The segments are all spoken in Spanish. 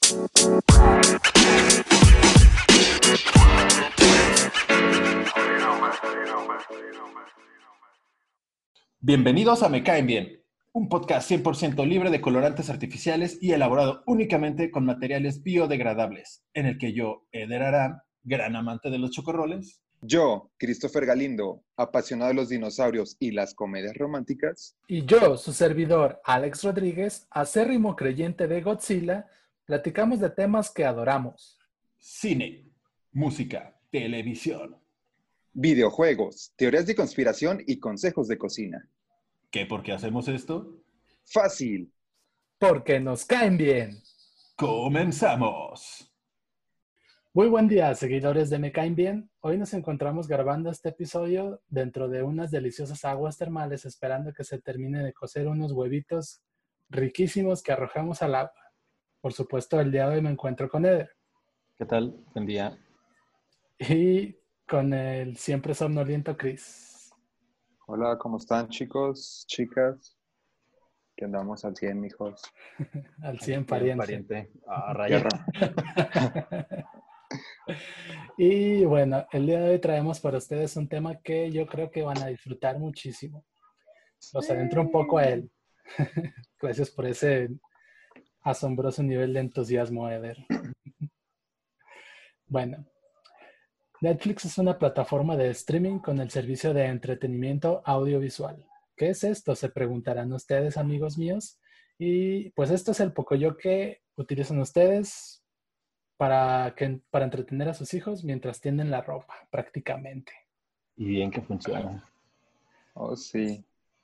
Bienvenidos a Me Caen Bien, un podcast 100% libre de colorantes artificiales y elaborado únicamente con materiales biodegradables, en el que yo, Eder Aram, gran amante de los chocorroles. Yo, Christopher Galindo, apasionado de los dinosaurios y las comedias románticas. Y yo, su servidor, Alex Rodríguez, acérrimo creyente de Godzilla, platicamos de temas que adoramos. Cine, música, televisión. Videojuegos, teorías de conspiración y consejos de cocina. ¿Qué por qué hacemos esto? Fácil. Porque nos caen bien. ¡Comenzamos! Muy buen día, seguidores de Me Caen Bien. Hoy nos encontramos grabando este episodio dentro de unas deliciosas aguas termales, esperando que se termine de cocer unos huevitos riquísimos que arrojamos al agua. Por supuesto, el día de hoy me encuentro con Eder. ¿Qué tal? Buen día. Y con el siempre somnoliento Chris. Hola, ¿cómo están, chicos, chicas? Que andamos al 100, mijos. Al 100 pariente. Raya. Y bueno, el día de hoy traemos para ustedes un tema que yo creo que van a disfrutar muchísimo. Los adentro un poco a él. Gracias por ese asombroso nivel de entusiasmo, Eder. Bueno, Netflix es una plataforma de streaming con el servicio de entretenimiento audiovisual. ¿Qué es esto? Se preguntarán ustedes, amigos míos. Y pues esto es el pocoyo que utilizan ustedes para entretener a sus hijos mientras tienden la ropa, prácticamente. Y bien que funciona. Oh, sí.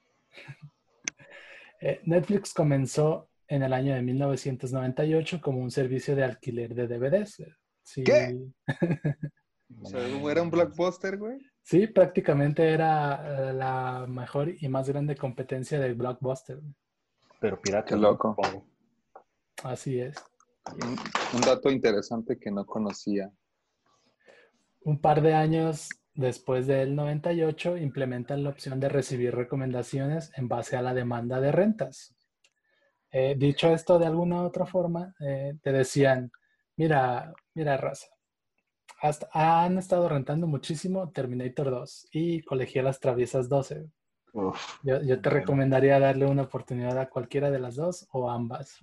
Netflix comenzó en el año de 1998 como un servicio de alquiler de DVDs. Sí. ¿Qué? O sea, ¿era un blockbuster, güey? Sí, prácticamente era la mejor y más grande competencia del blockbuster. Pero pirata. Qué loco. Así es. Un dato interesante que no conocía. Un par de años después del 98 implementan la opción de recibir recomendaciones en base a la demanda de rentas. Dicho esto de alguna otra forma, te decían, mira raza, han estado rentando muchísimo Terminator 2 y Colegialas Traviesas 12. Yo te recomendaría darle una oportunidad a cualquiera de las dos o ambas.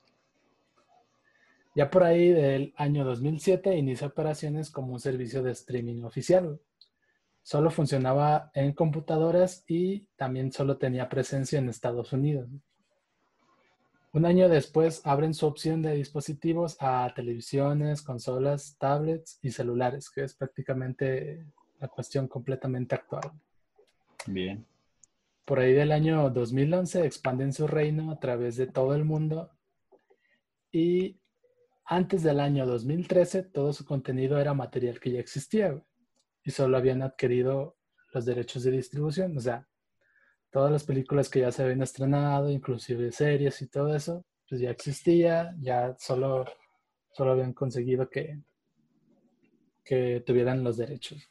Ya por ahí del año 2007 inicia operaciones como un servicio de streaming oficial. Solo funcionaba en computadoras y también solo tenía presencia en Estados Unidos. Un año después abren su opción de dispositivos a televisiones, consolas, tablets y celulares, que es prácticamente la cuestión completamente actual. Bien. Por ahí del año 2011 expanden su reino a través de todo el mundo y antes del año 2013 todo su contenido era material que ya existía y solo habían adquirido los derechos de distribución, o sea, todas las películas que ya se habían estrenado, inclusive series y todo eso, pues ya existía, ya solo habían conseguido que tuvieran los derechos.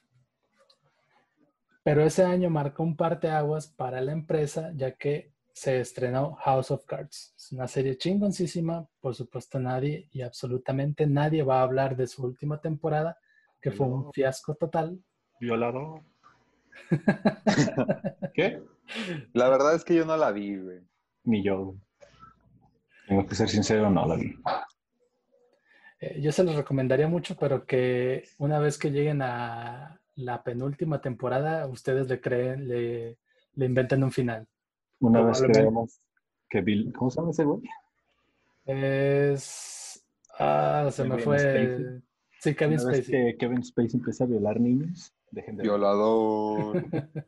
Pero ese año marcó un parteaguas para la empresa, ya que se estrenó House of Cards. Es una serie chingoncísima, por supuesto nadie y absolutamente nadie va a hablar de su última temporada, que fue un fiasco total. Violador. ¿Qué? La verdad es que yo no la vi, güey. Ni yo. Tengo que ser sincero, no la vi. Yo se los recomendaría mucho, pero que una vez que lleguen a la penúltima temporada, ustedes le inventen un final. Una vez que veamos que Bill... ¿Cómo se llama ese güey? Se me fue... Spacey. Sí, Kevin Una vez Spacey. que Kevin Spacey empieza a violar niños, dejen de... Violador.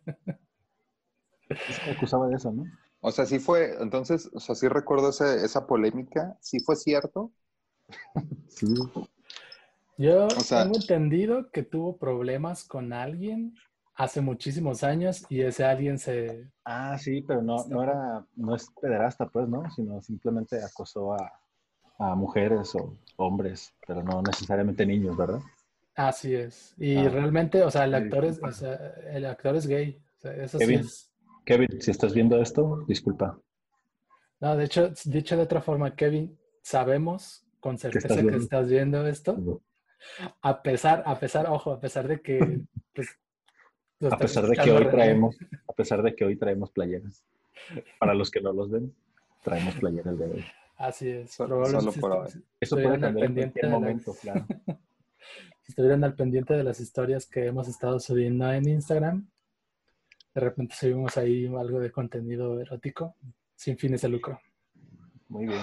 Es que acusaba de eso, ¿no? O sea, sí fue, entonces, o sea, sí recuerdo esa polémica. ¿Sí fue cierto? Sí. Yo tengo entendido que tuvo problemas con alguien hace muchísimos años y ese alguien se... Ah, sí, pero no es pederasta, pues, ¿no? Sino simplemente acosó a mujeres o hombres, pero no necesariamente niños, ¿verdad? Así es. Y realmente, o sea, el actor es gay. O sea, eso Kevin, sí es... Kevin, si estás viendo esto, disculpa. No, de hecho, dicho de otra forma, Kevin, sabemos con ¿Qué certeza estás que viendo? estás viendo esto, a pesar de que pues, lo A estás pesar de que escuchando hoy recién. traemos, a pesar de que hoy traemos playeras. Para los que no los ven, traemos playeras de hoy. Así es, Solo probablemente por hoy. si Eso puede estuvieran al cambiar en pendiente cualquier de momento, claro. si estuvieran al pendiente de las historias que hemos estado subiendo en Instagram, de repente subimos ahí algo de contenido erótico sin fines de lucro. Muy bien.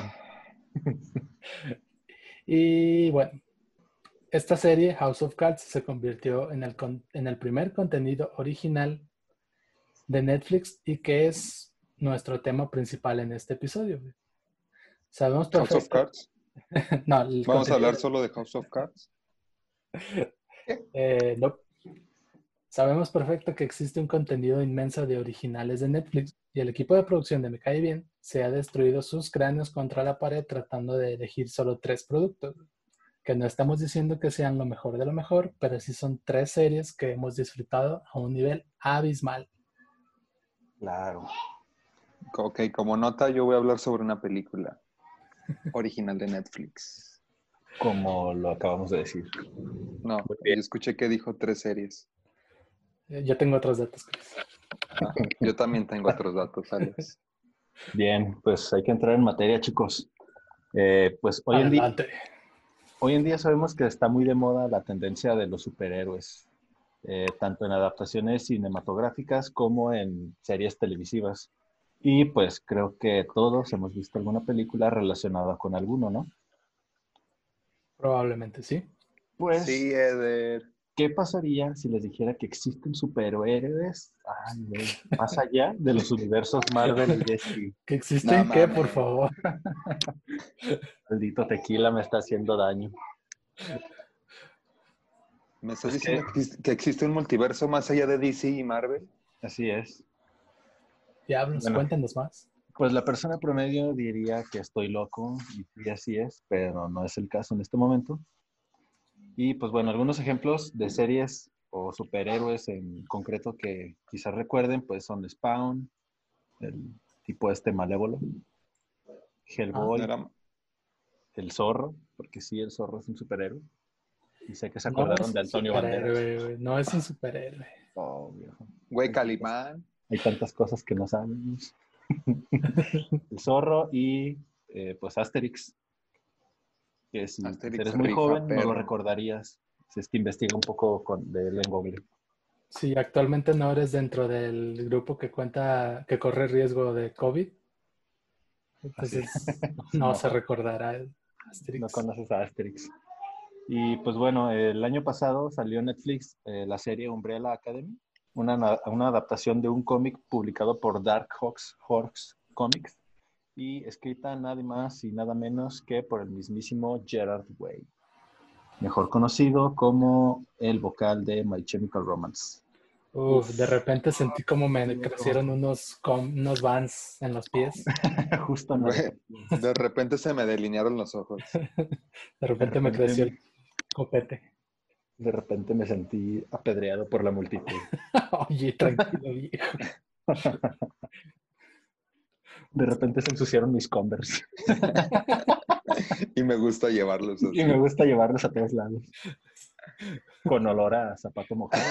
Y bueno, esta serie, House of Cards, se convirtió en el primer contenido original de Netflix y que es nuestro tema principal en este episodio. Sabemos House of perfecto, Cards. no, el Vamos a contenido, hablar solo de House of Cards. no, sabemos perfecto que existe un contenido inmenso de originales de Netflix y el equipo de producción de Me Cae Bien se ha destruido sus cráneos contra la pared tratando de elegir solo 3 productos. Que no estamos diciendo que sean lo mejor de lo mejor, pero sí son 3 series que hemos disfrutado a un nivel abismal. Claro. Ok, como nota, yo voy a hablar sobre una película original de Netflix. Como lo acabamos de decir. No, Muy yo bien. escuché que dijo 3 series. Yo tengo otros datos, Chris. Yo también tengo otros datos, Alex. Bien, pues hay que entrar en materia, chicos. Pues Adelante. hoy en día sabemos que está muy de moda la tendencia de los superhéroes, tanto en adaptaciones cinematográficas como en series televisivas. Y pues creo que todos hemos visto alguna película relacionada con alguno, ¿no? Probablemente sí. Pues, Sí, Eder. ¿qué pasaría si les dijera que existen superhéroes ay, güey, más allá de los universos Marvel y DC? ¿Que No existen qué, por mames. favor? Maldito tequila me está haciendo daño. ¿Me estás Pues que diciendo que existe un multiverso más allá de DC y Marvel? así es. Diablos, Bueno, cuéntanos más. pues la persona promedio diría que estoy loco y sí, así es, pero no es el caso en este momento. Y pues bueno, algunos ejemplos de series o superhéroes en concreto que quizás recuerden, pues son Spawn, el tipo este malévolo, Ah, No Hellboy, era... el Zorro, porque sí, el Zorro es un superhéroe. Y sé que se no acordaron es de un Antonio Banderas. superhéroe, güey. No es un superhéroe. Oh, viejo. Güey, Calimán. Hay tantas cosas que no sabemos. El Zorro y pues Asterix, que si pues, Asterix eres muy rifa, joven no lo perro. recordarías. Si es que investiga un poco de él en Google. Si actualmente no eres dentro del grupo que cuenta que corre riesgo de COVID, Así. entonces no No, se recordará no Asterix. conoces a Asterix. Y pues bueno, el año pasado salió en Netflix la serie Umbrella Academy, una adaptación de un cómic publicado por Dark Horse Comics y escrita nada más y nada menos que por el mismísimo Gerard Way, mejor conocido como el vocal de My Chemical Romance. Uf, de Uf, repente sentí como me viejo. crecieron unos Vans en los pies. Justo en la Güey, deportiva. de repente se me delinearon los ojos. De De repente me repente, creció el copete. de repente me sentí apedreado por la multitud. Oye, tranquilo, viejo. De repente se ensuciaron mis Converse. Y me gusta llevarlos Y me así. gusta llevarlos a todos lados. Con olor a zapato mojado.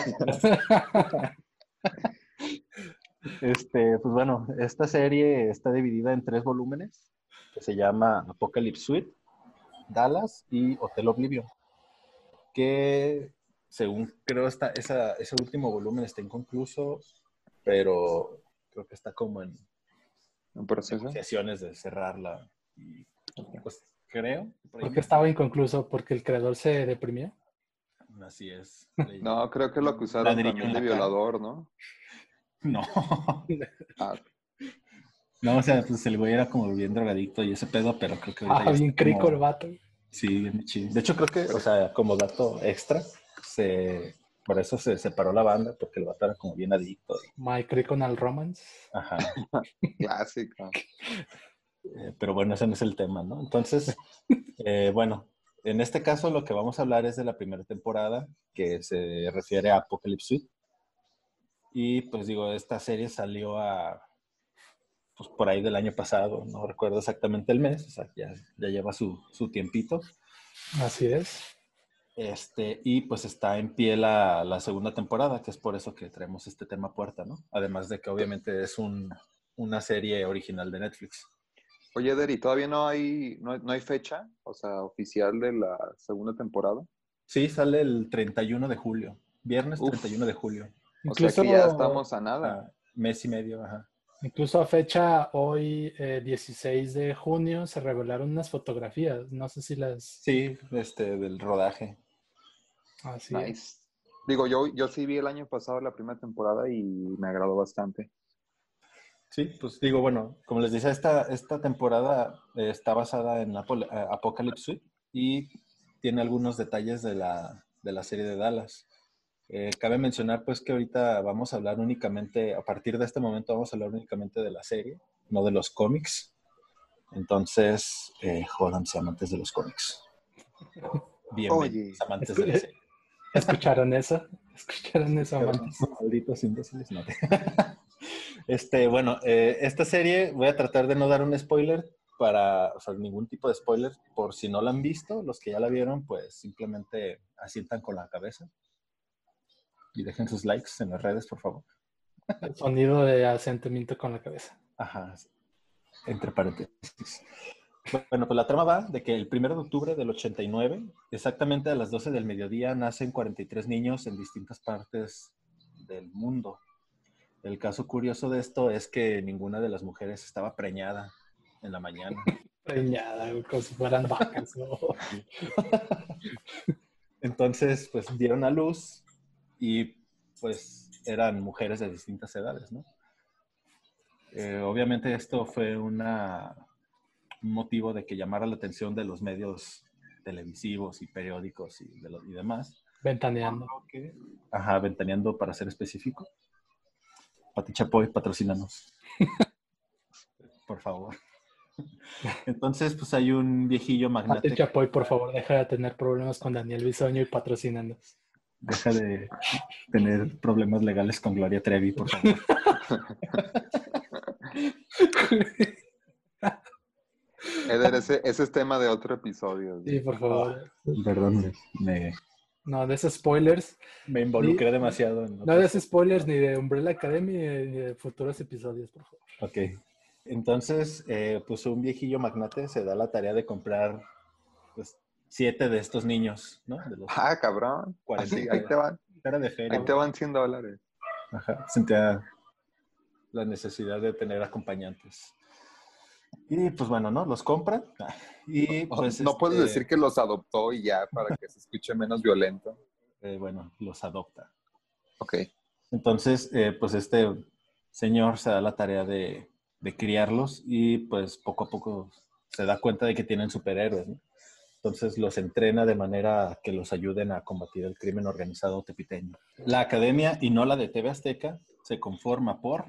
Pues bueno, esta serie está dividida en 3 volúmenes que se llama Apocalypse Suite, Dallas y Hotel Oblivion. Que según creo ese último volumen está inconcluso, pero creo que está como en ¿Un proceso? negociaciones de cerrarla. Y pues creo, por ahí ¿Por me qué estaba enteré. inconcluso? ¿Porque el creador se deprimió? Así es. No, creo que lo acusaron Ladrillo también en de la cara. violador, ¿no? No. Ah, No, o sea, pues el güey era como bien drogadicto y ese pedo, pero creo que ahorita Ah, ya bien está crico el como, vato. sí, bien chido. De hecho, creo que, o sea, como dato extra, por eso se separó la banda, porque el vato era como bien adicto. My Criconal Romance. Ajá. clásico. Pero bueno, ese no es el tema, ¿no? Entonces, bueno, en este caso lo que vamos a hablar es de la primera temporada, que se refiere a Apocalypse Suite. Y pues digo, esta serie salió pues por ahí del año pasado, no recuerdo exactamente el mes, o sea, ya lleva su tiempito. Así es. Y pues está en pie la segunda temporada, que es por eso que traemos este tema a puerta, ¿no? Además de que obviamente es una serie original de Netflix. Oye, Deri, ¿todavía no hay fecha, o sea, oficial de la segunda temporada? Sí, sale el 31 de julio, viernes Uf, 31 de julio. o sea que ya Incluso, estamos a nada. Mes y medio, ajá. incluso a fecha hoy, 16 de junio, se revelaron unas fotografías. No sé si las... Sí, del rodaje. Así es. Nice. Digo, yo sí vi el año pasado la primera temporada y me agradó bastante. Sí, pues digo, bueno, como les decía, esta temporada está basada en Apocalypse Suite y tiene algunos detalles de la serie de Dallas. Cabe mencionar pues que ahorita vamos a hablar únicamente, a partir de este momento vamos a hablar únicamente de la serie, no de los cómics. Entonces, jódanse amantes de los cómics. Bienvenidos Oye, amantes de la serie. ¿Escucharon eso? ¿Escucharon eso, amantes? Malditos imbéciles, no. Bueno, esta serie voy a tratar de no dar un spoiler o sea, ningún tipo de spoiler, por si no la han visto, los que ya la vieron, pues simplemente asientan con la cabeza y dejen sus likes en las redes, por favor. El sonido de asentimiento con la cabeza. Ajá, entre paréntesis. Bueno, pues la trama va de que el 1 de octubre del 89, exactamente a las 12 del mediodía, nacen 43 niños en distintas partes del mundo. El caso curioso de esto es que ninguna de las mujeres estaba preñada en la mañana. Preñada, güey, como si fueran vacas, ¿no? Entonces, pues dieron a luz y pues eran mujeres de distintas edades, ¿no? Obviamente esto fue un motivo de que llamara la atención de los medios televisivos y periódicos y demás. Ventaneando. Ajá, Ventaneando para ser específico. Pati Chapoy, patrocínanos. Por favor. Entonces, pues hay un viejillo magnate. Pati Chapoy, por favor, deja de tener problemas con Daniel Bisoño y patrocínandos. Deja de tener problemas legales con Gloria Trevi, por favor. Eder, ese es tema de otro episodio. Sí, por favor. Perdón, No, de esos spoilers. me involucré demasiado en No de esos spoilers ni de Umbrella Academy ni de futuros episodios, por favor. Ok. Entonces, pues un viejillo magnate se da la tarea de comprar pues, 7 de estos niños, ¿no? De los Ah, cabrón. 40. Así, ahí te van. Cara de feria. Ahí te van $100. Ajá. Sentía la necesidad de tener acompañantes. Y pues bueno, ¿no? Los compra. Y pues No puedes decir que los adoptó y ya para que se escuche menos violento. bueno, los adopta. Ok. Entonces, pues este señor se da la tarea de criarlos y pues poco a poco se da cuenta de que tienen superhéroes, ¿no? Entonces los entrena de manera que los ayuden a combatir el crimen organizado tepiteño. La academia, y no la de TV Azteca, se conforma por...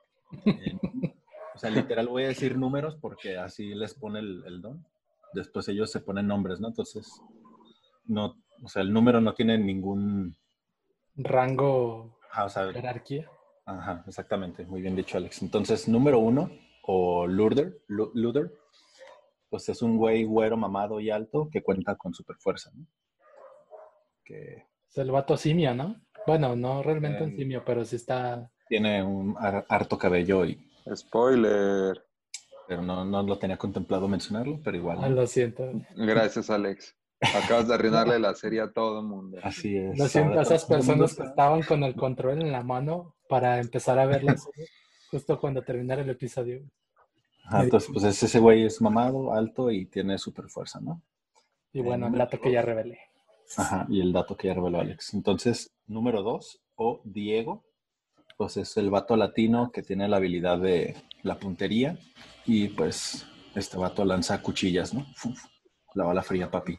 o sea, literal voy a decir números porque así les pone el don. Después ellos se ponen nombres, ¿no? Entonces, no, o sea, el número no tiene ningún... Rango, o sea, jerarquía. Ajá, exactamente. Muy bien dicho, Alex. Entonces, número 1, o Luther, pues es un güey güero, mamado y alto que cuenta con super fuerza, ¿no? Que Es el vato simio, ¿no? Bueno, no realmente un simio, pero sí está... tiene un harto cabello, Spoiler. pero no lo tenía contemplado mencionarlo, pero igual. Ah, lo siento. Gracias, Alex. Acabas de arruinarle la serie a todo el mundo. Así es. Lo siento a Ahora esas todo el mundo personas que estaban con el control en la mano para empezar a ver la serie justo cuando terminara el episodio. Ajá, entonces, pues ese güey es mamado, alto y tiene super fuerza, ¿no? Y bueno, el número dato que ya revelé. Ajá, y el dato que ya reveló Alex. Entonces, número 2, o Diego, pues es el vato latino que tiene la habilidad de la puntería y pues este vato lanza cuchillas, ¿no? Fu, la bala fría, papi.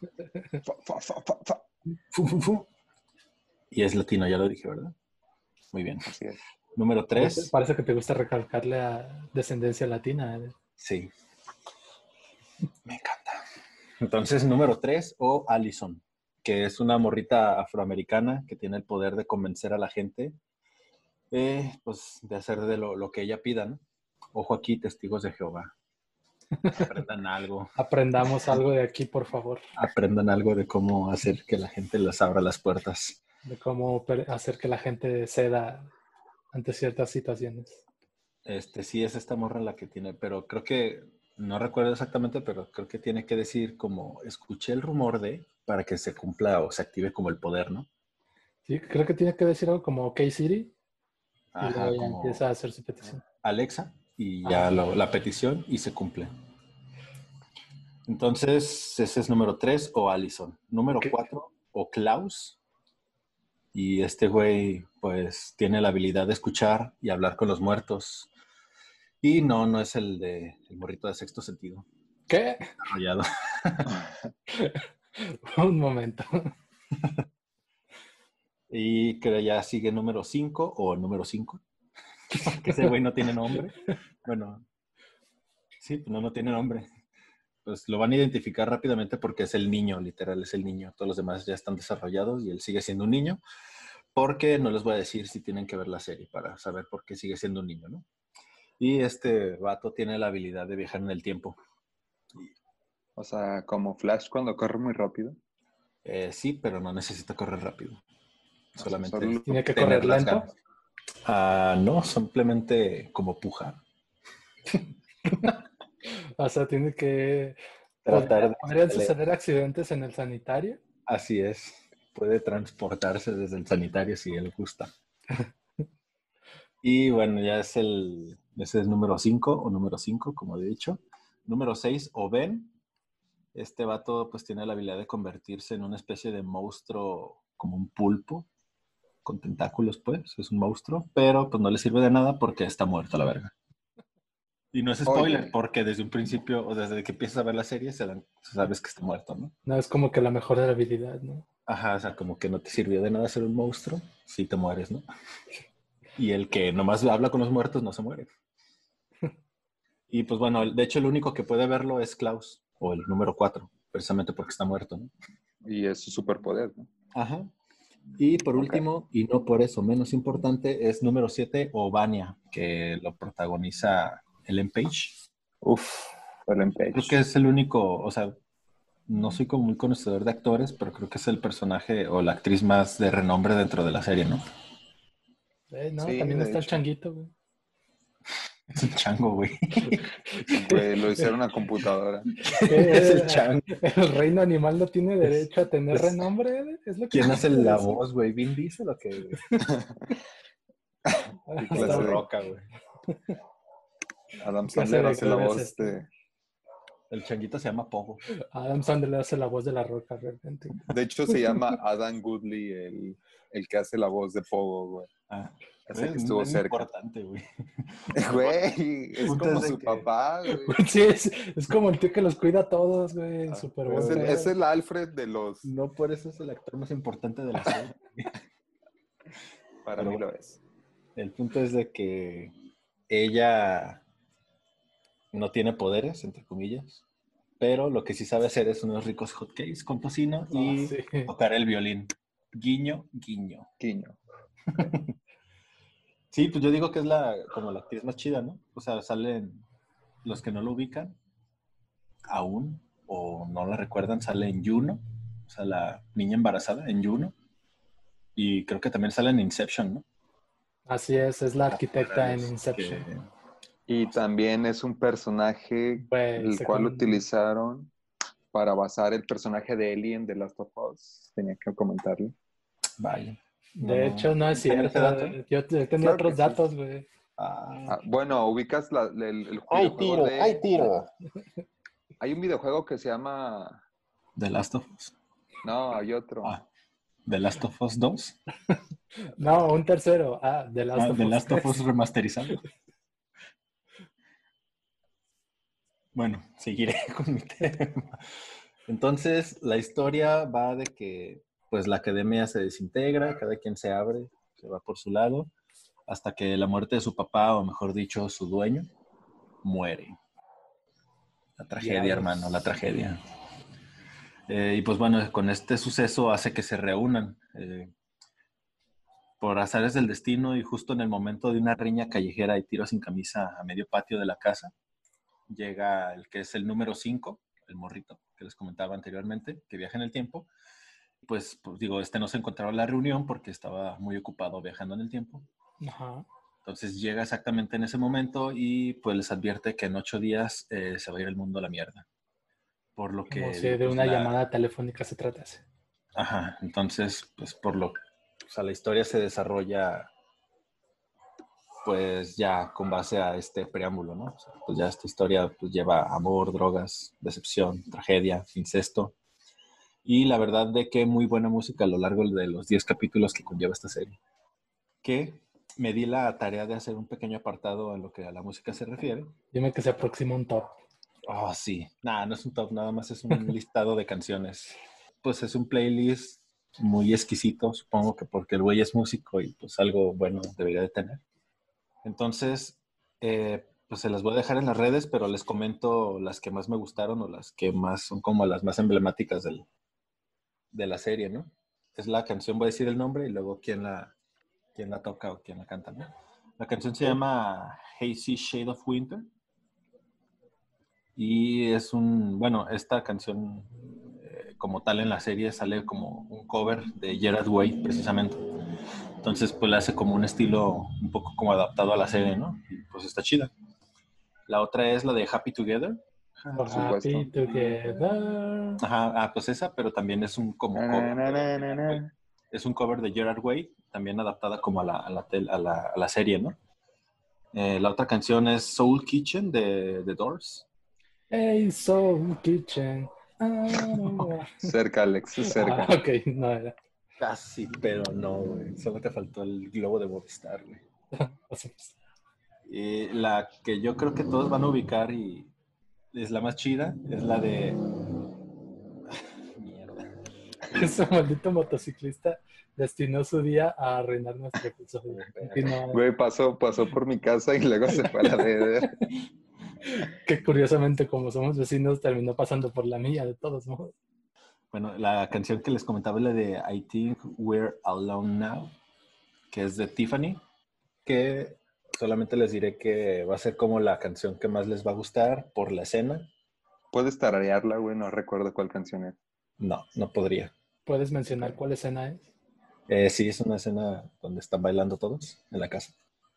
Fu. Y es latino, ya lo dije, ¿verdad? Muy bien. Así es. Número 3. Parece que te gusta recalcarle a descendencia latina. Sí. Me encanta. Entonces, número 3, o Allison, que es una morrita afroamericana que tiene el poder de convencer a la gente pues de hacer de lo que ella pida, ¿no? Ojo aquí, testigos de Jehová. Aprendan algo. Aprendamos algo de aquí, por favor. Aprendan algo de cómo hacer que la gente les abra las puertas. De cómo hacer que la gente ceda ante ciertas situaciones. Sí es esta morra la que tiene, pero creo que, no recuerdo exactamente, pero creo que tiene que decir como, escuché el rumor de, para que se cumpla o se active como el poder, ¿no? Sí, creo que tiene que decir algo como OK Siri y luego Ajá, ya como empieza a hacer su petición. Alexa y ya la petición y se cumple. Entonces, ese es número 3 o Allison. Número 4 o Klaus. Y este güey, pues, tiene la habilidad de escuchar y hablar con los muertos. Y no es el morrito de Sexto Sentido. ¿Qué? Desarrollado. Un momento. Y que ya sigue número 5 o número 5. Que ese güey no tiene nombre. Bueno, sí, pues no tiene nombre. Pues lo van a identificar rápidamente porque es el niño, literal, es el niño. Todos los demás ya están desarrollados y él sigue siendo un niño. Porque no les voy a decir si tienen que ver la serie para saber por qué sigue siendo un niño, ¿no? Y este vato tiene la habilidad de viajar en el tiempo. O sea, como Flash cuando corre muy rápido. Sí, pero no necesita correr rápido. Solamente solo ¿Tiene que tener correr las lento? ganas. No, simplemente como pujar. O sea, tiene que... Tratar de ¿Podrían hacerle- suceder accidentes en el sanitario? Así es. Puede transportarse desde el sanitario si él gusta. Y bueno, ya ese es el número 5 o número 5, como he dicho. Número 6, o Ben. Este vato pues tiene la habilidad de convertirse en una especie de monstruo, como un pulpo, con tentáculos pues, es un monstruo, pero pues no le sirve de nada porque está muerto a la verga. Y no es spoiler, Oye. porque desde un principio, o desde que empiezas a ver la serie, sabes que está muerto, ¿no? No, es como que la mejor habilidad, ¿no? Ajá, o sea, como que no te sirvió de nada ser un monstruo, si te mueres, ¿no? Y el que nomás habla con los muertos no se muere. Y pues bueno, de hecho el único que puede verlo es Klaus, o el número 4, precisamente porque está muerto, ¿no? Y es su superpoder, ¿no? Ajá. Y por Ok. último, y no por eso menos importante, es número 7 o Vania, que lo protagoniza Ellen Page. Uf, Ellen Creo que Page. es el único, o sea, no soy como muy conocedor de actores, pero creo que es el personaje o la actriz más de renombre dentro de la serie, ¿no? No, Sí, también de está el hecho. changuito, güey. Es un chango, güey. Güey, lo hicieron a computadora. Es el chango. El reino animal no tiene derecho a tener es- renombre, güey. Es lo que ¿Quién hace quiere la decir. voz, güey? ¿Vin Diesel o qué, güey? ¿Qué O clase La de Roca, güey. Adam ¿Qué clase Sandler de hace la actor es voz este? de... El changuito se llama Pogo. Adam Sandler hace la voz de la Roca, realmente. De hecho, se llama Adam Goodley, el que hace la voz de Pogo, güey. Ah, Ese que es estuvo cerca. importante, güey. Güey, es Punto como es de su que- papá, güey. Güey, sí, es como el tío que los cuida a todos, güey. Súper pero buen Es pedo. el Alfred de los... No por eso es el actor más importante de la serie. Para Pero mí bueno, lo es. el punto es de que ella no tiene poderes, entre comillas, pero lo que sí sabe hacer es unos ricos hotcakes con tocino y Sí. tocar el violín. Guiño, guiño. Quiño. Sí, pues yo digo que es como la actriz más chida, ¿no? O sea, salen los que no lo ubican aún o no la recuerdan, sale en Juno, o sea, la niña embarazada en Juno. Y creo que también sale en Inception, ¿no? Así es la Las arquitecta en funerales Inception. Y también es un personaje Güey, el cual utilizaron para basar el personaje de Ellie en The Last of Us. Tenía que comentarlo. Vaya. De hecho, no es tenía ese cierto. dato. Yo tenía Claro otros que sí. datos, güey. Bueno, ubicas el ¡Ay, videojuego tiro! ¡Ay, tiro! Hay un videojuego que se llama... The Last of Us. No, hay otro. The Last of Us 2. No, un tercero. The Last of The Us Last of 3. Us remasterizado. Bueno, seguiré con mi tema. Entonces, la historia va de que pues la academia se desintegra, cada quien se abre, se va por su lado, hasta que la muerte de su papá, o mejor dicho, su dueño, muere. La tragedia, Diablos. hermano, la tragedia. Y pues bueno, con este suceso hace que se reúnan. por azares del destino y justo en el momento de una riña callejera y tiro sin camisa a medio patio de la casa, llega el que es el número 5, el morrito que les comentaba anteriormente, que viaja en el tiempo. Pues digo, no se encontraba en la reunión porque estaba muy ocupado viajando en el tiempo. Ajá. Entonces llega exactamente en ese momento y pues les advierte que en 8 días se va a ir el mundo a la mierda. Por lo Como que, si digo, de pues una llamada telefónica se tratase. Ajá, entonces, pues o sea, la historia se desarrolla pues ya con base a este preámbulo, ¿no? O sea, pues ya esta historia pues lleva amor, drogas, decepción, tragedia, incesto. Y la verdad de que muy buena música a lo largo de los 10 capítulos que conlleva esta serie. Que me di la tarea de hacer un pequeño apartado en lo que a la música se refiere. Dime que se aproxima un top. Oh, sí. Nada, no es un top, nada más es un listado de canciones. Pues es un playlist muy exquisito, supongo que porque el güey es músico y pues algo bueno debería de tener. Entonces, pues se las voy a dejar en las redes, pero les comento las que más me gustaron o las que más son como las más emblemáticas de la serie, ¿no? Es la canción, voy a decir el nombre y luego quién la toca o quién la canta, ¿no? La canción se llama Hazy Shade of Winter y bueno, esta canción como tal en la serie sale como un cover de Gerard Way, precisamente. Entonces, pues le hace como un estilo un poco como adaptado a la serie, ¿no? Y pues está chida. La otra es la de Happy Together. Por Happy Together. Ajá, pues esa, pero también es un como cover de Gerard Way. Es un cover de Gerard Way, también adaptada como a la serie, ¿no? La otra canción es Soul Kitchen de The Doors. Hey, Soul Kitchen. Cerca, Alex, cerca. Ok, no era. Casi, pero no, güey. Solo te faltó el globo de Movistar, güey. La que yo creo que todos van a ubicar y es la más chida, es la de... Mierda. Ese maldito motociclista destinó su día a arruinar nuestro episodio. Güey, pasó por mi casa y luego se fue a la de... Que curiosamente, como somos vecinos, terminó pasando por la mía, de todos modos. Bueno, la canción que les comentaba es la de I Think We're Alone Now, que es de Tiffany, que solamente les diré que va a ser como la canción que más les va a gustar por la escena. ¿Puedes tararearla, güey? No recuerdo cuál canción es. No, no podría. ¿Puedes mencionar cuál escena es? Sí, es una escena donde están bailando todos en la casa.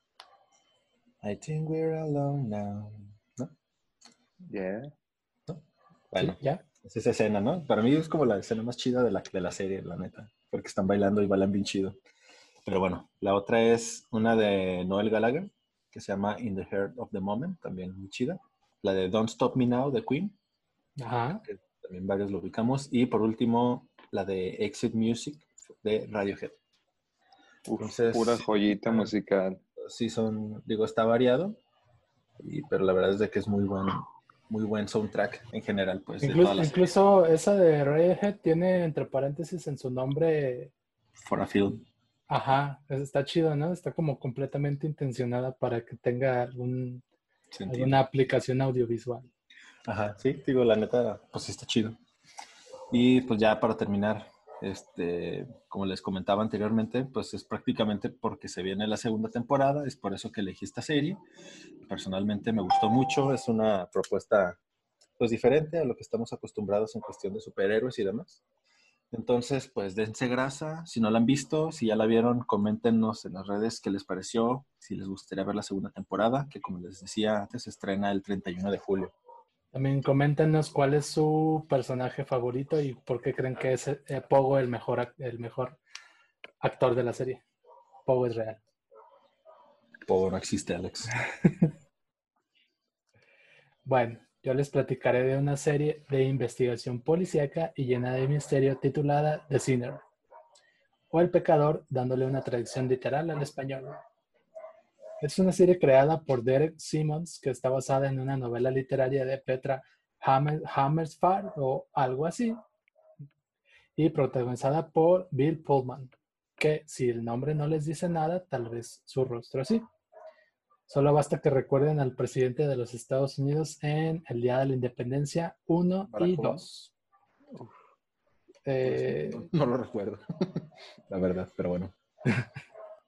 I think we're alone now. ¿No? Yeah. ¿No? Bueno, ¿Sí? ¿Ya? es esa escena, ¿no? Para mí es como la escena más chida de la serie, la neta. Porque están bailando y bailan bien chido. Pero bueno, la otra es una de Noel Gallagher, que se llama In the Heart of the Moment, también muy chida. La de Don't Stop Me Now, de Queen, Ajá. que también varios lo ubicamos. Y por último, la de Exit Music, de Radiohead. Uf, Entonces, pura joyita musical. Sí digo, está variado, pero la verdad es de que es muy buen soundtrack en general, pues, de toda la serie. Incluso esa de Radiohead tiene entre paréntesis en su nombre. For a Film. Ajá, está chido, ¿no? Está como completamente intencionada para que tenga alguna aplicación audiovisual. Ajá, sí, digo, la neta, pues sí está chido. Y pues ya para terminar, como les comentaba anteriormente, pues es prácticamente porque se viene la segunda temporada, es por eso que elegí esta serie. Personalmente me gustó mucho, es una propuesta pues diferente a lo que estamos acostumbrados en cuestión de superhéroes y demás. Entonces, pues dense grasa, si no la han visto, si ya la vieron, coméntenos en las redes qué les pareció, si les gustaría ver la segunda temporada, que como les decía antes, se estrena el 31 de julio. También coméntenos cuál es su personaje favorito y por qué creen que es Pogo el mejor actor de la serie. Pogo es real. Pogo no existe, Alex. Bueno, yo les platicaré de una serie de investigación policíaca y llena de misterio titulada The Sinner, o El Pecador, dándole una traducción literal al español. Es una serie creada por Derek Simmons que está basada en una novela literaria de Petra Hammersfall o algo así, y protagonizada por Bill Pullman, que si el nombre no les dice nada, tal vez su rostro sí. Solo basta que recuerden al presidente de los Estados Unidos en el Día de la Independencia 1 y 2. No lo recuerdo, la verdad, pero bueno.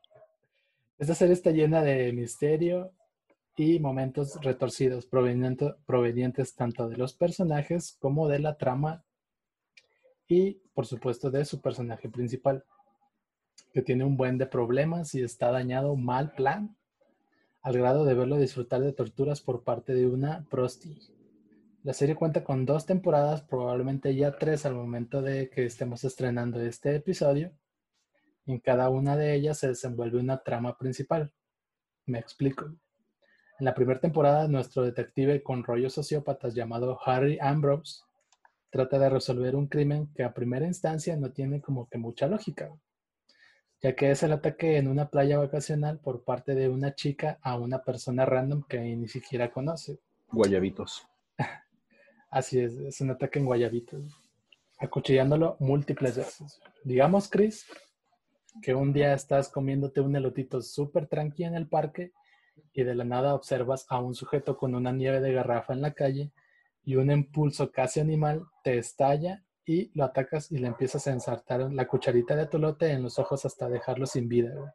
Esta serie está llena de misterio y momentos retorcidos provenientes tanto de los personajes como de la trama y, por supuesto, de su personaje principal, que tiene un buen de problemas y está dañado mal plan, al grado de verlo disfrutar de torturas por parte de una prosti. La serie cuenta con 2 temporadas, probablemente ya 3 al momento de que estemos estrenando este episodio. Y en cada una de ellas se desenvuelve una trama principal. Me explico. En la primera temporada, nuestro detective con rollos sociópatas llamado Harry Ambrose trata de resolver un crimen que a primera instancia no tiene como que mucha lógica, ya que es el ataque en una playa vacacional por parte de una chica a una persona random que ni siquiera conoce. Guayabitos. Así es un ataque en Guayabitos, acuchillándolo múltiples veces. Digamos, Chris, que un día estás comiéndote un elotito súper tranqui en el parque y de la nada observas a un sujeto con una nieve de garrafa en la calle y un impulso casi animal te estalla y lo atacas y le empiezas a ensartar la cucharita de tolote en los ojos hasta dejarlo sin vida, güey.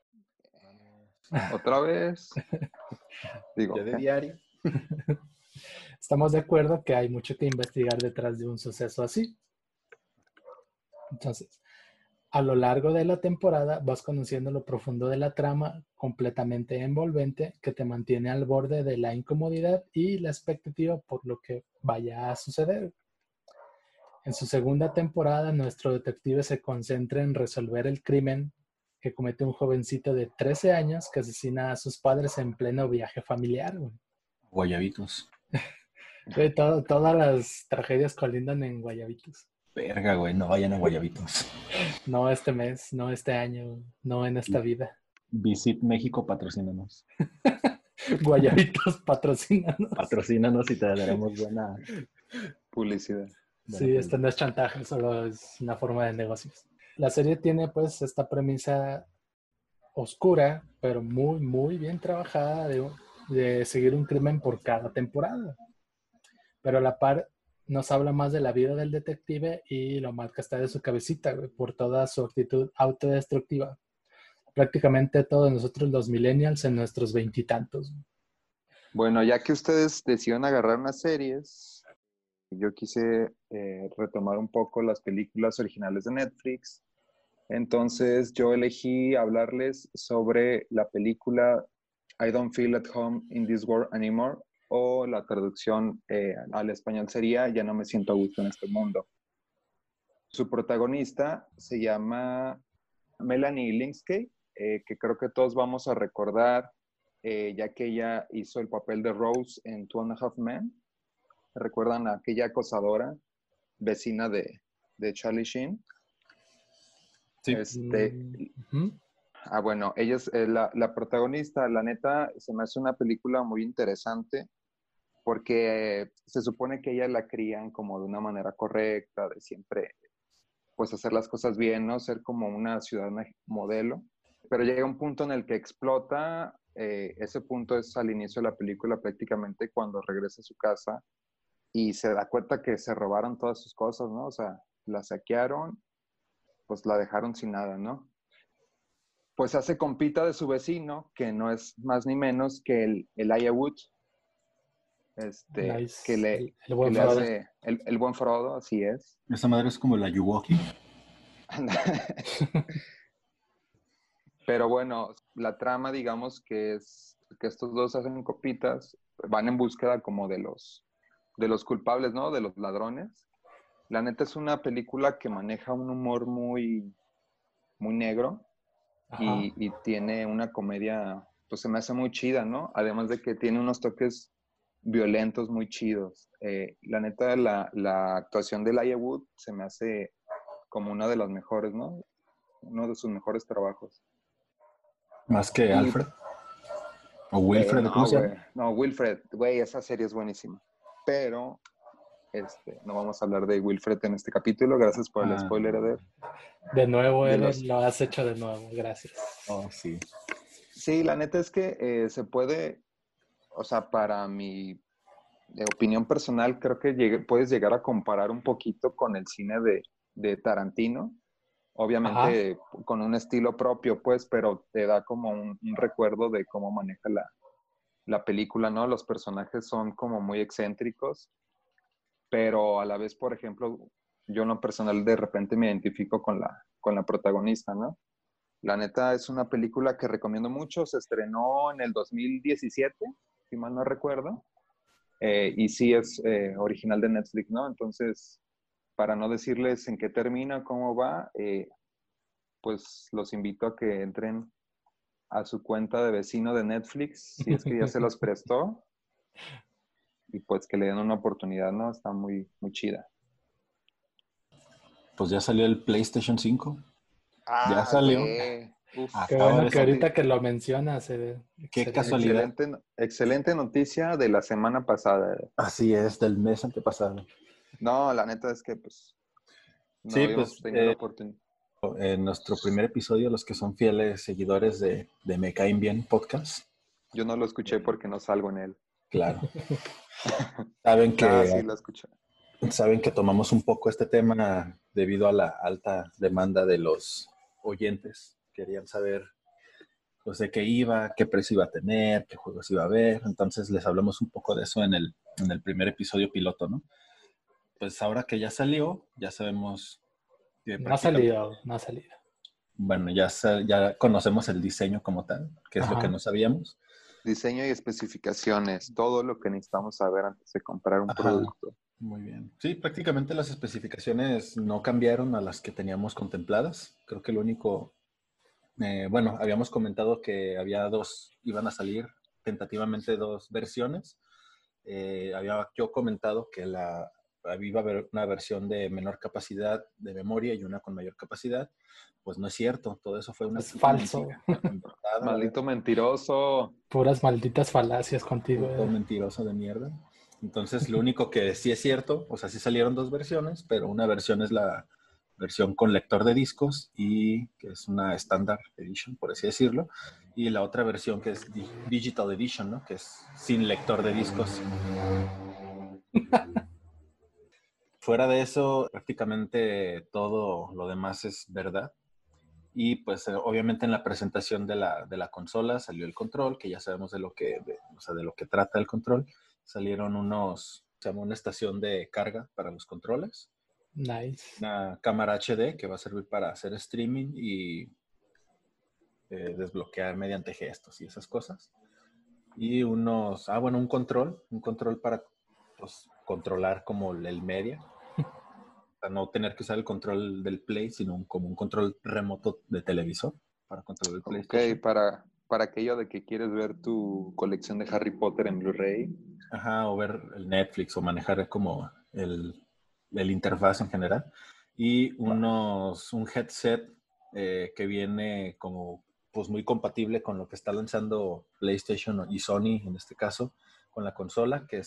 Otra vez. Digo, Ya de diario. Estamos de acuerdo que hay mucho que investigar detrás de un suceso así. Entonces, a lo largo de la temporada vas conociendo lo profundo de la trama, completamente envolvente, que te mantiene al borde de la incomodidad y la expectativa por lo que vaya a suceder. En su segunda temporada, nuestro detective se concentra en resolver el crimen que comete un jovencito de 13 años que asesina a sus padres en pleno viaje familiar, güey. Guayabitos. Güey, todas las tragedias colindan en Guayabitos. Verga, güey, no vayan a Guayabitos. No este mes, no este año, no en esta vida. Visit México, patrocínanos. Guayabitos patrocínanos. Patrocínanos y te daremos buena publicidad. Sí, esto no es chantaje, solo es una forma de negocios. La serie tiene pues esta premisa oscura, pero muy, muy bien trabajada de seguir un crimen por cada temporada. Pero a la par nos habla más de la vida del detective y lo mal que está de su cabecita, güey, por toda su actitud autodestructiva. Prácticamente todos nosotros los millennials en nuestros veintitantos. Bueno, ya que ustedes decidieron agarrar unas series, yo quise retomar un poco las películas originales de Netflix. Entonces yo elegí hablarles sobre la película I Don't Feel at Home in This World Anymore, o la traducción al español sería Ya no me siento a gusto en este mundo. Su protagonista se llama Melanie Linsky, que creo que todos vamos a recordar, ya que ella hizo el papel de Rose en Two and a Half Men. ¿Recuerdan a aquella acosadora vecina de Charlie Sheen? Sí. Bueno, ella es la protagonista. La neta, se me hace una película muy interesante porque se supone que ella la crían como de una manera correcta, de siempre pues hacer las cosas bien, ¿no? Ser como una ciudadana modelo. Pero llega un punto en el que explota. Ese punto es al inicio de la película, prácticamente cuando regresa a su casa y se da cuenta que se robaron todas sus cosas, ¿no? O sea, la saquearon, pues la dejaron sin nada, ¿no? Pues hace compita de su vecino, que no es más ni menos que el Elijah Wood, Nice. que El buen le Frodo. hace el buen Frodo, así es. Esa madre es como la Yuwoki. Pero bueno, la trama, digamos que es que estos dos hacen copitas, van en búsqueda como de los culpables, ¿no? De los ladrones. La neta es una película que maneja un humor muy, muy negro y tiene una comedia, pues se me hace muy chida, ¿no? Además de que tiene unos toques violentos muy chidos. La neta, la actuación de Elijah Wood se me hace como una de las mejores, ¿no? Uno de sus mejores trabajos. Más que Alfred. O Wilfred, ¿cómo se llama? No, Wilfred, güey, esa serie es buenísima. Pero no vamos a hablar de Wilfred en este capítulo. Gracias por el spoiler, Eder. De nuevo, Eder, lo has hecho de nuevo. Gracias. Oh, sí. Sí, la neta es que se puede, o sea, para mi opinión personal, creo que puedes llegar a comparar un poquito con el cine de Tarantino, Obviamente con un estilo propio, pues, pero te da como un recuerdo de cómo maneja la película, ¿no? Los personajes son como muy excéntricos, pero a la vez, por ejemplo, yo en lo personal de repente me identifico con la protagonista, ¿no? La neta es una película que recomiendo mucho, se estrenó en el 2017, si mal no recuerdo, y sí es original de Netflix, ¿no? Entonces, para no decirles en qué termina, cómo va, pues los invito a que entren a su cuenta de vecino de Netflix, si es que ya se los prestó, y pues que le den una oportunidad, ¿no? Está muy, muy chida. Pues ya salió el PlayStation 5. Ya salió. Güey. Uf, Qué Acaba bueno de que salir. ahorita que lo mencionas, Qué excelente. casualidad. excelente noticia de la semana pasada. Así es, del mes antepasado. No, la neta es que pues no Sí, habíamos pues tenido la oportunidad. en nuestro primer episodio, los que son fieles seguidores de Me Caen Bien Podcast, Yo no lo escuché porque no salgo en él. claro, saben Nada, que, sí lo escuché. saben que tomamos un poco este tema debido a la alta demanda de los oyentes. Querían saber pues, de qué iba, qué precio iba a tener, qué juegos iba a haber. Entonces les hablamos un poco de eso en el primer episodio piloto, ¿no? Pues ahora que ya salió, ya sabemos que No ha prácticamente, salido, no ha salido. bueno, ya conocemos el diseño como tal, que es lo que Ajá. no sabíamos. Diseño y especificaciones, todo lo que necesitamos saber antes de comprar un Ajá, producto. muy bien. Sí, prácticamente las especificaciones no cambiaron a las que teníamos contempladas. Creo que lo único, bueno, habíamos comentado que iban a salir tentativamente dos versiones. Había yo comentado que iba a haber una versión de menor capacidad de memoria y una con mayor capacidad. Pues no es cierto, todo eso fue una Es puta falso. mentira. Inventada, la Maldito verdad. mentiroso. Puras malditas falacias contigo. Puto mentiroso de mierda. Entonces, lo único que sí es cierto, o sea, sí salieron dos versiones, pero una versión es la versión con lector de discos y que es una Standard Edition, por así decirlo, y la otra versión que es Digital Edition, ¿no? Que es sin lector de discos. Fuera de eso, prácticamente todo lo demás es verdad. Y pues obviamente en la presentación de la consola salió el control, que ya sabemos o sea, de lo que trata el control. Salieron se llama una estación de carga para los controles, Nice. una cámara HD que va a servir para hacer streaming y desbloquear mediante gestos y esas cosas. Y bueno, un control para pues, controlar como el media, para no tener que usar el control del Play, sino como un control remoto de televisor para controlar el Ok, PlayStation. para aquello de que quieres ver tu colección de Harry Potter en Blu-ray. Ajá, o ver el Netflix o manejar como el interfaz en general. Y un headset que viene como pues muy compatible con lo que está lanzando PlayStation y Sony en este caso, con la consola, que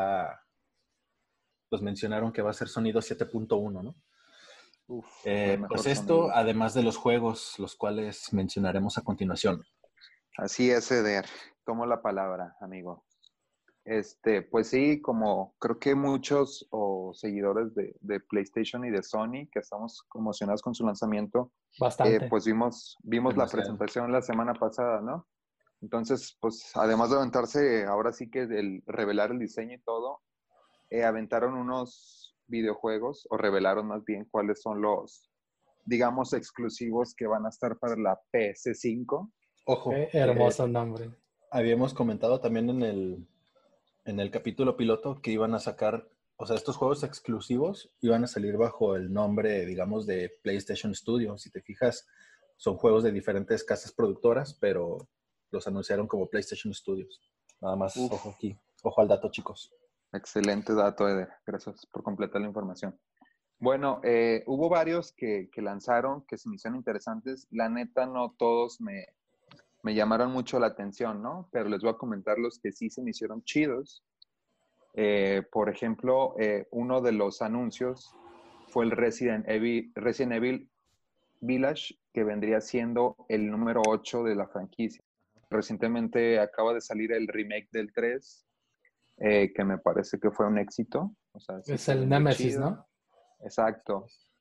pues mencionaron que va a ser sonido 7.1, ¿no? Uf, el Pues mejor esto, sonido. además de los juegos, los cuales mencionaremos a continuación. Así es, Eder. Tomo la palabra, amigo. Pues sí, como creo que muchos seguidores de PlayStation y de Sony que estamos conmocionados con su lanzamiento, Bastante. pues vimos la Demasiado. presentación la semana pasada, ¿no? Entonces, pues además de aventarse, ahora sí que el revelar el diseño y todo, aventaron unos videojuegos, o revelaron más bien cuáles son los, digamos, exclusivos que van a estar para la PS5. Ojo, Qué hermoso nombre. habíamos comentado también en el capítulo piloto que iban a sacar, o sea, estos juegos exclusivos iban a salir bajo el nombre, digamos, de PlayStation Studio. Si te fijas, son juegos de diferentes casas productoras, pero los anunciaron como PlayStation Studios. Nada más, Uf, ojo aquí, ojo al dato, chicos. excelente dato, Eder. Gracias por completar la información. Bueno, hubo varios que lanzaron que se me hicieron interesantes. La neta, no todos me llamaron mucho la atención, ¿no? Pero les voy a comentar los que sí se me hicieron chidos. Por ejemplo, uno de los anuncios fue el Resident Evil Village, que vendría siendo el número 8 de la franquicia. Recientemente acaba de salir el remake del 3, que me parece que fue un éxito. O sea, sí Es se el ve muy Némesis, chido. ¿no? Exacto.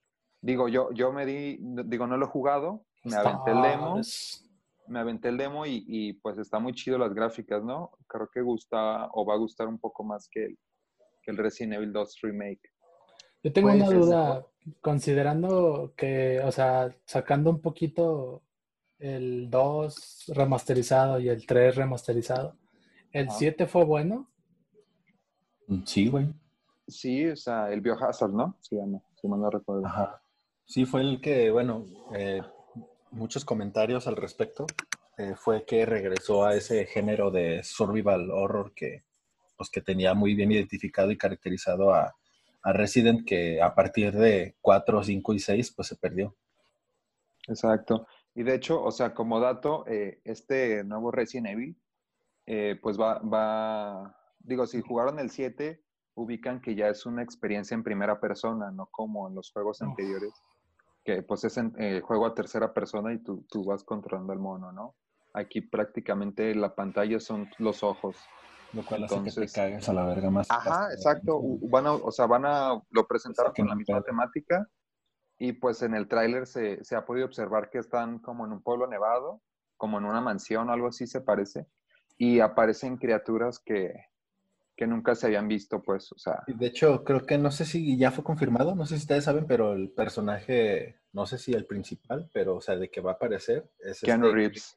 Digo, yo no lo he jugado, me aventé el demo y pues está muy chido las gráficas, ¿no? Creo que gusta o va a gustar un poco más que el Resident Evil 2 Remake. Yo tengo Pues una es duda, considerando que, o sea, sacando un poquito el 2 remasterizado y el 3 remasterizado, ¿el Ajá. 7 fue bueno? Sí, güey. Sí, o sea, el Biohazard, ¿no? Se llama, si mal no recuerdo. Ajá. Sí, fue el que, bueno, muchos comentarios al respecto. Fue que regresó a ese género de survival horror pues, que tenía muy bien identificado y caracterizado a Resident, que a partir de 4, 5 y 6 pues se perdió. Exacto. Y de hecho, o sea, como dato, este nuevo Resident Evil, pues digo, si jugaron el 7, ubican que ya es una experiencia en primera persona, no como en los juegos Uf. anteriores, que pues es juego a tercera persona y tú vas controlando al mono, ¿no? Aquí prácticamente la pantalla son los ojos. Lo cual hace que te Entonces, cagues a la verga más. ajá, exacto. Lo presentaron con la misma temática y pues en el tráiler se ha podido observar que están como en un pueblo nevado, como en una mansión o algo así se parece, y aparecen criaturas que nunca se habían visto, pues, o sea. De hecho, creo que no sé si ya fue confirmado, no sé si ustedes saben, pero el personaje, no sé si el principal, pero o sea, de que va a aparecer es Keanu Reeves.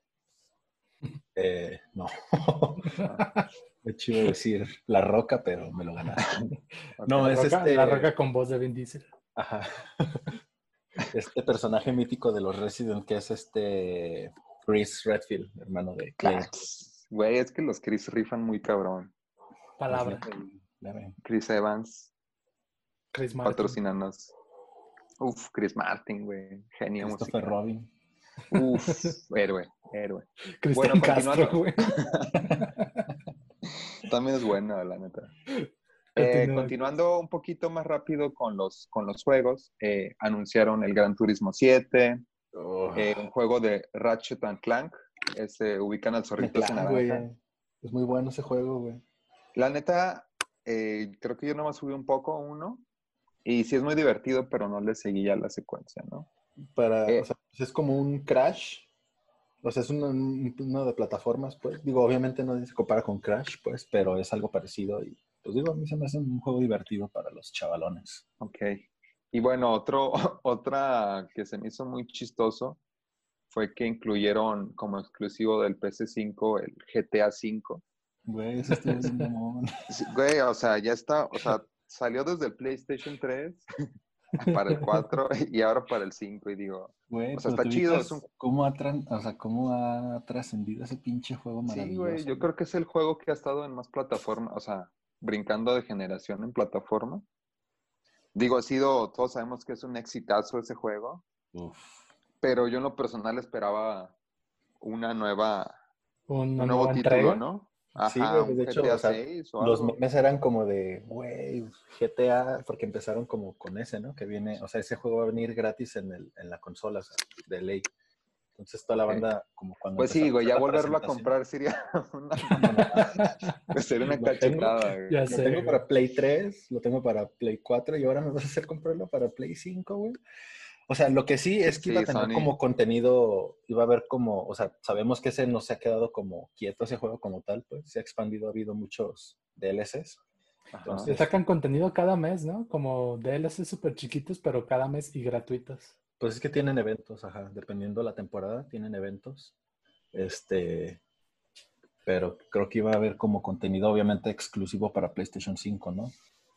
No. Ah, De hecho, iba a decir La Roca, pero me lo ganaste. ok. No, es La Roca con voz de Vin Diesel. Ajá. Este personaje mítico de los Resident, que es Chris Redfield, hermano de Claire. Güey, es que los Chris rifan muy cabrón. Palabra. Chris Evans, Chris Martin. patrocinanos. Uf, Chris Martin, güey. Genio Christopher musical. Robin. Uf, héroe. Cristian Castro, güey. También es buena, la neta. Continúa. Continuando un poquito más rápido con los juegos, anunciaron el Gran Turismo 7, un juego de Ratchet and Clank, ubican al zorrito ese naranja. Güey. Es muy bueno ese juego, güey. La neta, creo que yo nomás subí un poco uno, y sí es muy divertido, pero no le seguí ya la secuencia, ¿no? O sea, pues es como un Crash. O sea, es uno de plataformas, pues. Digo, obviamente no se compara con Crash, pues, pero es algo parecido. Y, pues digo, a mí se me hace un juego divertido para los chavalones. Ok. Y bueno, otra que se me hizo muy chistoso fue que incluyeron como exclusivo del PS5 el GTA V. Güey, eso estuvo bien mamón. Sí, güey, o sea, ya está, o sea, salió desde el PlayStation 3 para el 4 y ahora para el 5 y digo, Güey, o sea, pero está te chido. ubicas cómo ha trascendido ese pinche juego maravilloso. Sí, güey, yo creo que es el juego que ha estado en más plataformas, o sea, brincando de generación en plataforma. Digo, todos sabemos que es un exitazo ese juego, Uf. pero yo en lo personal esperaba un nuevo título, entrega. ¿no? Sí, Ajá, güey, un de hecho, GTA o sea, 6 o los algo. memes eran como de, güey, GTA, porque empezaron como con ese, ¿no? Que viene, o sea, ese juego va a venir gratis en la consola, o sea, de ley. Entonces toda la banda, como cuando Pues sí, empezaron a güey, hacer ya la volverlo a presentación. comprar sería sería una Lo tengo, cachetada, güey. Ya lo sé, tengo güey. para Play 3, lo tengo para Play 4 y ahora me vas a hacer comprarlo para Play 5, güey. O sea, lo que sí es que iba a Sí, tener Sony. como contenido, iba a haber como, o sea, sabemos que ese no se ha quedado como quieto ese juego como tal, pues se ha expandido, ha habido muchos DLCs. Ajá. Le Entonces, sacan contenido cada mes, ¿no? Como DLC súper chiquitos, pero cada mes y gratuitos. pues es que tienen eventos, ajá, dependiendo la temporada, tienen eventos. Pero creo que iba a haber como contenido obviamente exclusivo para PlayStation 5, ¿no?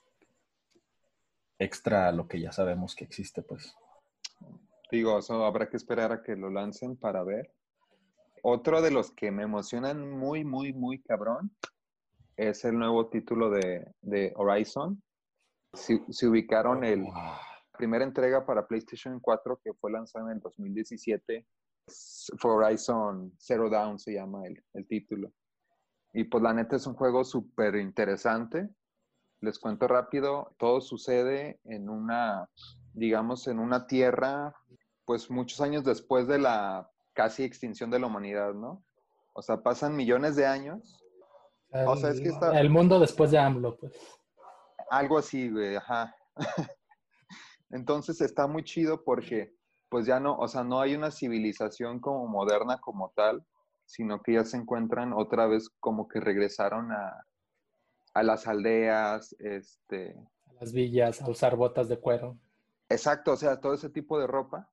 Extra a lo que ya sabemos que existe, pues. Digo, eso habrá que esperar a que lo lancen para ver. Otro de los que me emocionan muy, muy, muy cabrón es el nuevo título de Horizon. Se ubicaron la primera entrega para PlayStation 4 que fue lanzada en el 2017. Fue Horizon Zero Dawn, se llama el título. Y pues la neta es un juego súper interesante. Les cuento rápido, todo sucede digamos, en una tierra, pues muchos años después de la casi extinción de la humanidad, ¿no? O sea, pasan millones de años. O sea, es que El mundo después de AMLO, pues. algo así, güey, ajá. Entonces está muy chido porque pues ya no, o sea, no hay una civilización como moderna como tal, sino que ya se encuentran otra vez como que regresaron a las aldeas, A las villas, a usar botas de cuero. exacto, o sea, todo ese tipo de ropa,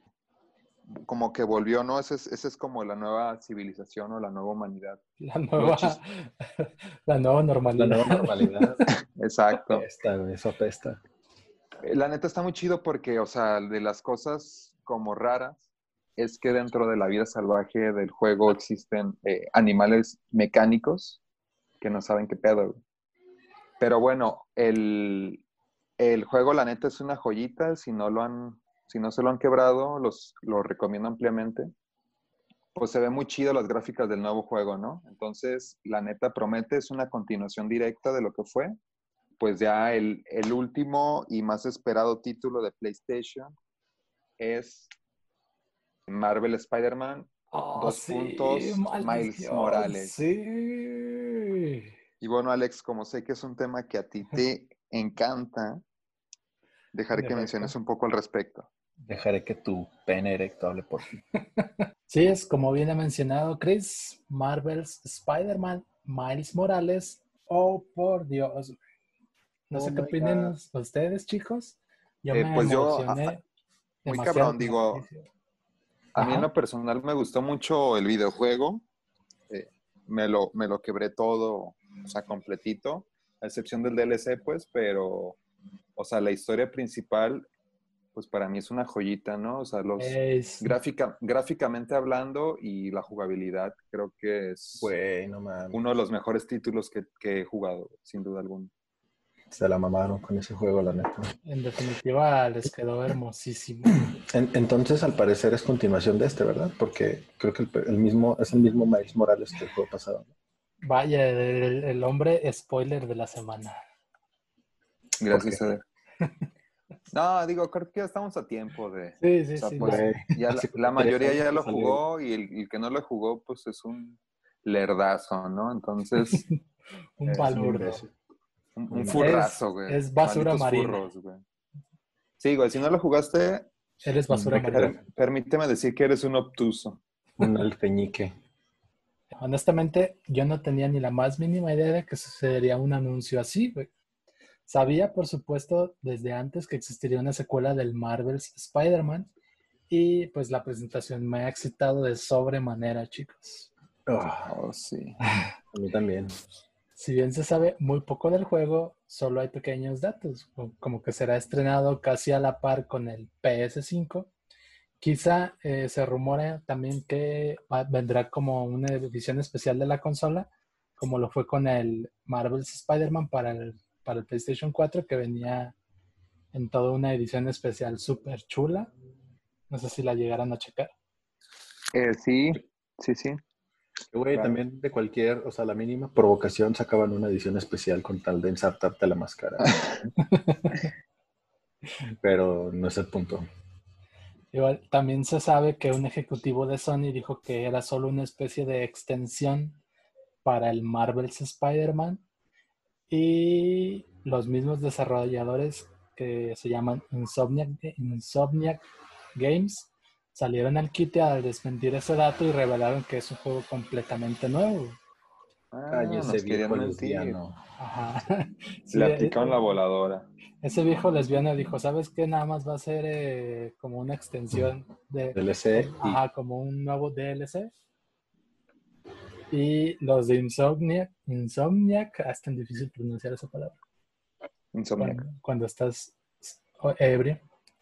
como que volvió, ¿no? Ese es como la nueva civilización o la nueva humanidad. La Lo nueva, chis- la nueva La nueva normalidad. normalidad. Exacto. Apesta, güey, eso apesta. La neta está muy chido porque, o sea, de las cosas como raras, es que dentro de la vida salvaje del juego existen animales mecánicos que no saben qué pedo, güey. Pero bueno, el juego, la neta, es una joyita. Si no se lo han quebrado, lo recomiendo ampliamente. Pues se ve muy chido las gráficas del nuevo juego, ¿no? Entonces, la neta promete, es una continuación directa de lo que fue. Pues ya el último y más esperado título de PlayStation es Marvel Spider-Man, Oh, dos sí, puntos, Miles maldición, Morales. sí. Y bueno, Alex, como sé que es un tema que a ti te encanta, En dejaré que efecto. menciones un poco al respecto. Dejaré que tu pene erecto hable por ti. Sí, es como bien ha mencionado Chris, Marvel's Spider-Man, Miles Morales. Oh, por Dios. No Oh sé qué my opinen God. ustedes, chicos. Yo me Pues yo, emocioné muy demasiado cabrón, con la digo, noticia. a mí en Ajá. lo personal me gustó mucho el videojuego. eh, me lo quebré todo, o sea, completito, a excepción del DLC, pues, pero, o sea, la historia principal, pues para mí es una joyita, ¿no? O sea, Es, gráficamente hablando y la jugabilidad, creo que es Güey, no mames. uno de los mejores títulos que he jugado, sin duda alguna. Se la mamaron con ese juego, la neta. en definitiva, les quedó hermosísimo. Entonces, al parecer es continuación de este, ¿verdad? Porque creo que el mismo, es el mismo Miles Morales que el juego pasado, ¿no? Vaya, el hombre spoiler de la semana. Porque, Gracias, Eder. No, digo, creo que ya estamos a tiempo Sí, o sí, sea, sí, pues güey, ya hace la como 3 mayoría años ya que lo salió. jugó y el que no lo jugó, pues es un lerdazo, ¿no? Entonces, un Es un balurdo. imbécil. Un un imbécil. furrazo, güey. Es basura Malditos marina. furros, güey. Sí, güey, si no lo jugaste, Eres basura marina. permíteme decir que eres un obtuso. Un alfeñique. Honestamente, yo no tenía ni la más mínima idea de que sucedería un anuncio así, güey. Sabía, por supuesto, desde antes que existiría una secuela del Marvel's Spider-Man y pues la presentación me ha excitado de sobremanera, chicos. Oh, Oh, sí. a mí también. Si bien se sabe muy poco del juego, solo hay pequeños datos, como que será estrenado casi a la par con el PS5. Quizá se rumora también que vendrá como una edición especial de la consola, como lo fue con el Marvel's Spider-Man para el PlayStation 4, que venía en toda una edición especial súper chula. No sé si la llegaran a checar. Sí, sí, sí, Güey, claro. también de cualquier, o sea, la mínima provocación sacaban una edición especial con tal de ensartarte la máscara. Pero no es el punto. Igual, también se sabe que un ejecutivo de Sony dijo que era solo una especie de extensión para el Marvel's Spider-Man y los mismos desarrolladores que se llaman Insomniac Games salieron al quite al desmentir ese dato y revelaron que es un juego completamente nuevo. Ah, Cállese, nos querían viejo mentir. lesbiano. Ajá. Sí, Le aplicaron la voladora. ese viejo lesbiano dijo, ¿sabes qué? Nada más va a ser como una extensión de, DLC y ajá, como un nuevo DLC. Y los de Insomniac, es tan difícil pronunciar esa palabra, Insomniac. cuando estás ebrio,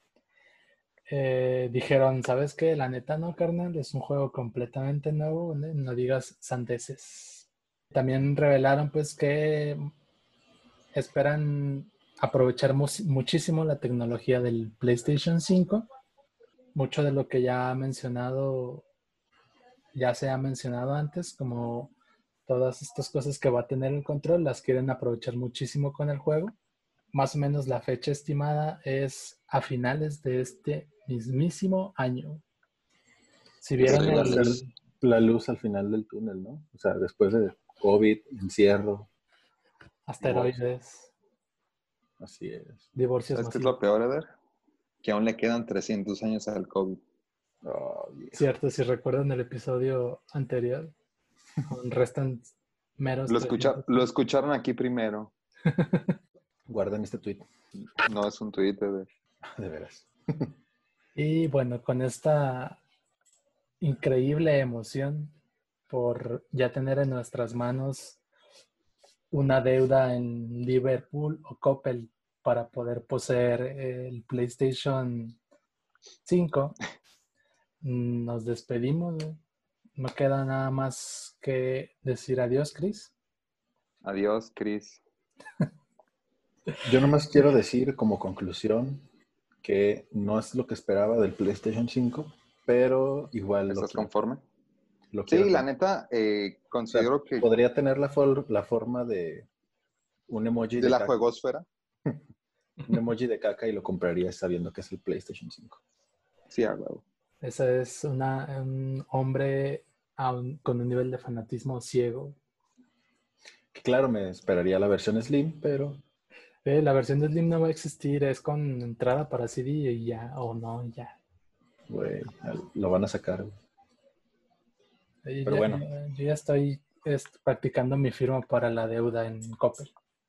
dijeron, ¿sabes qué? La neta no, carnal, es un juego completamente nuevo, ¿no? No digas sandeces. También revelaron pues que esperan aprovechar muchísimo la tecnología del PlayStation 5. Mucho de lo que ya se ha mencionado antes, como todas estas cosas que va a tener el control, las quieren aprovechar muchísimo con el juego. Más o menos la fecha estimada es a finales de este mismísimo año. Si vieron va a ser Excelente. el la luz al final del túnel, ¿no? O sea, después de COVID, encierro, divorcio. asteroides, Así es. divorcios ¿Sabes qué es masivos. lo peor, Eder? que aún le quedan 300 años al COVID. Oh, viejo. Cierto, si recuerdan el episodio anterior, aún restan meros Lo 300. escucharon aquí primero. Guarden este tweet, No es un Twitter. de veras. Y bueno, con esta increíble emoción por ya tener en nuestras manos una deuda en Liverpool o Coppel para poder poseer el PlayStation 5, nos despedimos, ¿no? No queda nada más que decir adiós, Chris. Adiós, Chris. Yo nomás quiero decir como conclusión que no es lo que esperaba del PlayStation 5, pero igual ¿Estás conforme? lo Sí, quiero la tener. neta, O sea, considero que podría tener la forma de un emoji de de la caca, juegosfera, un emoji de caca y lo compraría sabiendo que es el PlayStation 5. sí, a huevo. Ese es un hombre con un nivel de fanatismo ciego. Que claro, me esperaría la versión Slim, pero La versión de Slim no va a existir, es con entrada para CD y ya, o no, ya. güey, lo van a sacar, güey. Y Pero bueno, yo ya estoy practicando mi firma para la deuda en Coppel.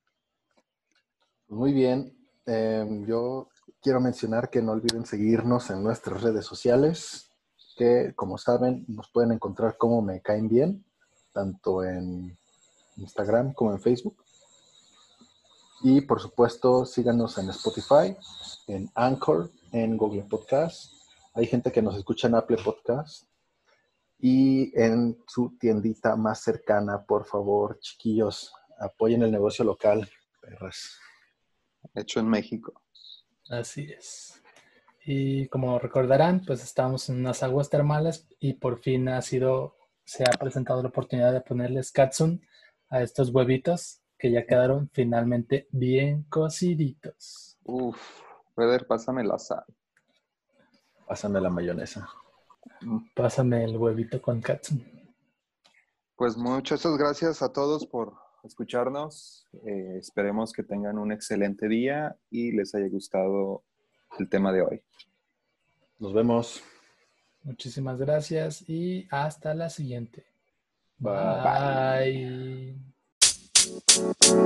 muy bien. Yo quiero mencionar que no olviden seguirnos en nuestras redes sociales, que como saben nos pueden encontrar como Me Caen Bien, tanto en Instagram como en Facebook. Y por supuesto, síganos en Spotify, en Anchor, en Google Podcast. Hay gente que nos escucha en Apple Podcast. Y en su tiendita más cercana, por favor, chiquillos, apoyen el negocio local, perras. Hecho en México. Así es. Y como recordarán, pues estamos en unas aguas termales y por fin se ha presentado la oportunidad de ponerles Katsun a estos huevitos que ya quedaron finalmente bien cociditos. Uf, Feder, pásame la sal. Pásame la mayonesa. Pásame el huevito con Katsun. Pues muchas gracias a todos por escucharnos. Esperemos que tengan un excelente día y les haya gustado el tema de hoy. Nos vemos. Muchísimas gracias y hasta la siguiente. Bye. Bye.